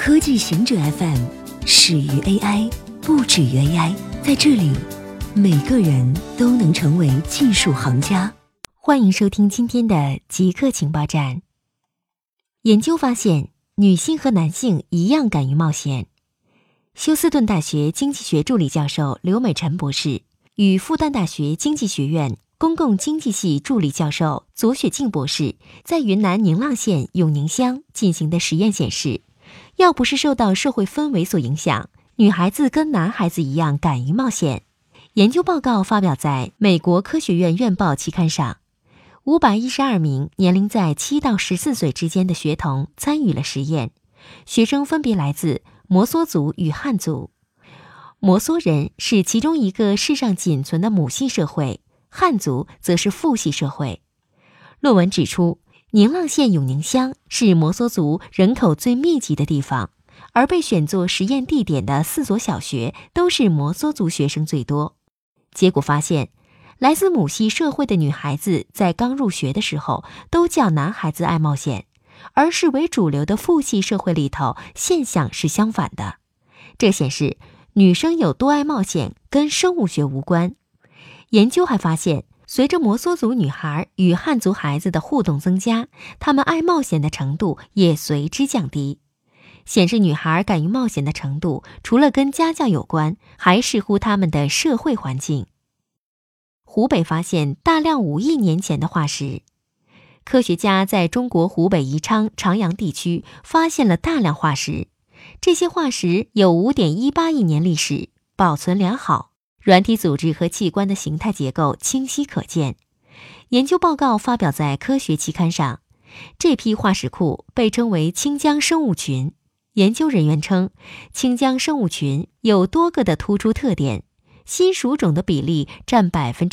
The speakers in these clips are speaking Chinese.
科技行者 FM 始于 AI， 不止于 AI。在这里，每个人都能成为技术行家。欢迎收听今天的极客情报站。研究发现，女性和男性一样敢于冒险。休斯顿大学经济学助理教授刘美辰博士与复旦大学经济学院公共经济系助理教授左雪静博士在云南宁蒗县永宁乡进行的实验显示，要不是受到社会氛围所影响，女孩子跟男孩子一样敢于冒险。研究报告发表在美国科学院院报期刊上。512名年龄在7到14岁之间的学童参与了实验，学生分别来自摩梭族与汉族。摩梭人是其中一个世上仅存的母系社会，汉族则是父系社会。论文指出，宁蒗县永宁乡是摩梭族人口最密集的地方，而被选作实验地点的4所小学都是摩梭族学生最多。结果发现，来自母系社会的女孩子在刚入学的时候都较男孩子爱冒险，而视为主流的父系社会里头现象是相反的。这显示女生有多爱冒险跟生物学无关。研究还发现，随着摩梭族女孩与汉族孩子的互动增加，她们爱冒险的程度也随之降低。显示女孩敢于冒险的程度，除了跟家教有关，还视乎她们的社会环境。湖北发现大量5亿年前的化石。科学家在中国湖北宜昌长阳地区发现了大量化石，这些化石有 5.18 亿年历史，保存良好，软体组织和器官的形态结构清晰可见。研究报告发表在科学期刊上。这批化石库被称为清江生物群。研究人员称，清江生物群有多个的突出特点，新属种的比例占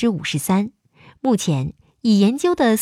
53%。 目前已研究的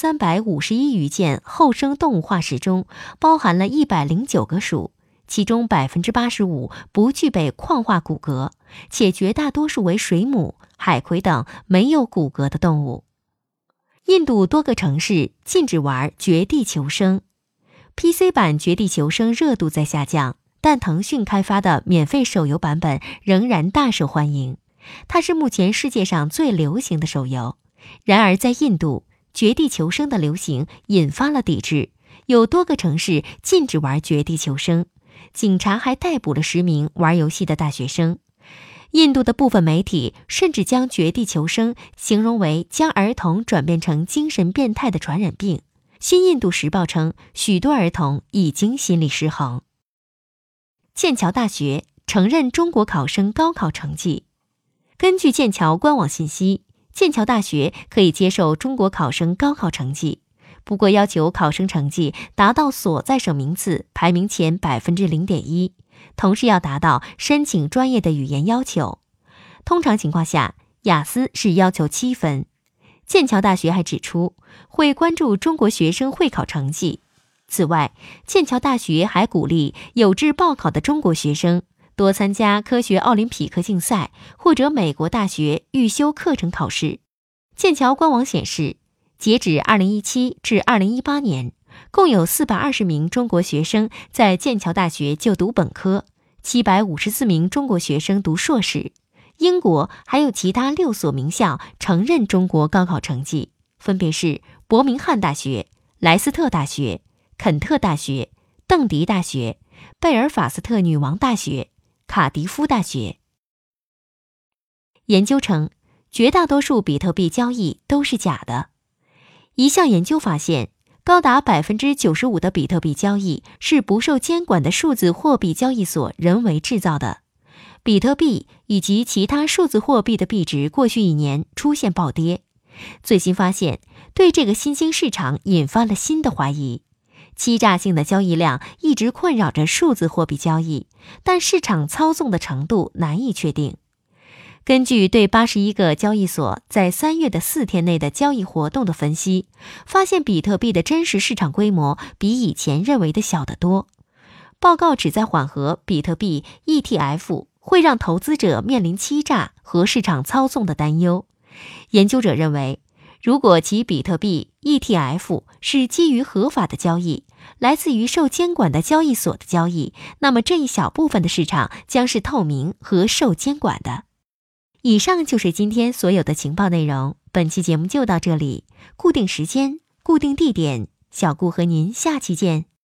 4351余件后生动物化石中，包含了109个属，其中 85% 不具备矿化骨骼，且绝大多数为水母、海葵等没有骨骼的动物。印度多个城市禁止玩绝地求生。PC 版绝地求生热度在下降，但腾讯开发的免费手游版本仍然大受欢迎。它是目前世界上最流行的手游。然而在印度，绝地求生的流行引发了抵制，有多个城市禁止玩绝地求生，警察还逮捕了10名玩游戏的大学生。印度的部分媒体甚至将绝地求生形容为将儿童转变成精神变态的传染病。新印度时报称，许多儿童已经心理失衡。剑桥大学承认中国考生高考成绩。根据剑桥官网信息，剑桥大学可以接受中国考生高考成绩，不过要求考生成绩达到所在省名次排名前 0.1%， 同时要达到申请专业的语言要求。通常情况下，雅思是要求7分。剑桥大学还指出，会关注中国学生会考成绩。此外，剑桥大学还鼓励有志报考的中国学生多参加科学奥林匹克竞赛或者美国大学预修课程考试。剑桥官网显示，截止2017至2018年，共有420名中国学生在剑桥大学就读本科，754名中国学生读硕士。英国还有其他6所名校承认中国高考成绩，分别是伯明翰大学、莱斯特大学、肯特大学、邓迪大学、贝尔法斯特女王大学、卡迪夫大学。研究称，绝大多数比特币交易都是假的。一项研究发现，高达 95% 的比特币交易是不受监管的数字货币交易所人为制造的。比特币以及其他数字货币的币值过去1年出现暴跌。最新发现对这个新兴市场引发了新的怀疑。欺诈性的交易量一直困扰着数字货币交易，但市场操纵的程度难以确定。根据对81个交易所在3月的4天内的交易活动的分析，发现比特币的真实市场规模比以前认为的小得多。报告旨在缓和比特币 ETF 会让投资者面临欺诈和市场操纵的担忧。研究者认为， 如果其比特币 ETF 是基于合法的交易，来自于受监管的交易所的交易，那么这一小部分的市场将是透明和受监管的。以上就是今天所有的情报内容，本期节目就到这里，固定时间，固定地点，小顾和您下期见。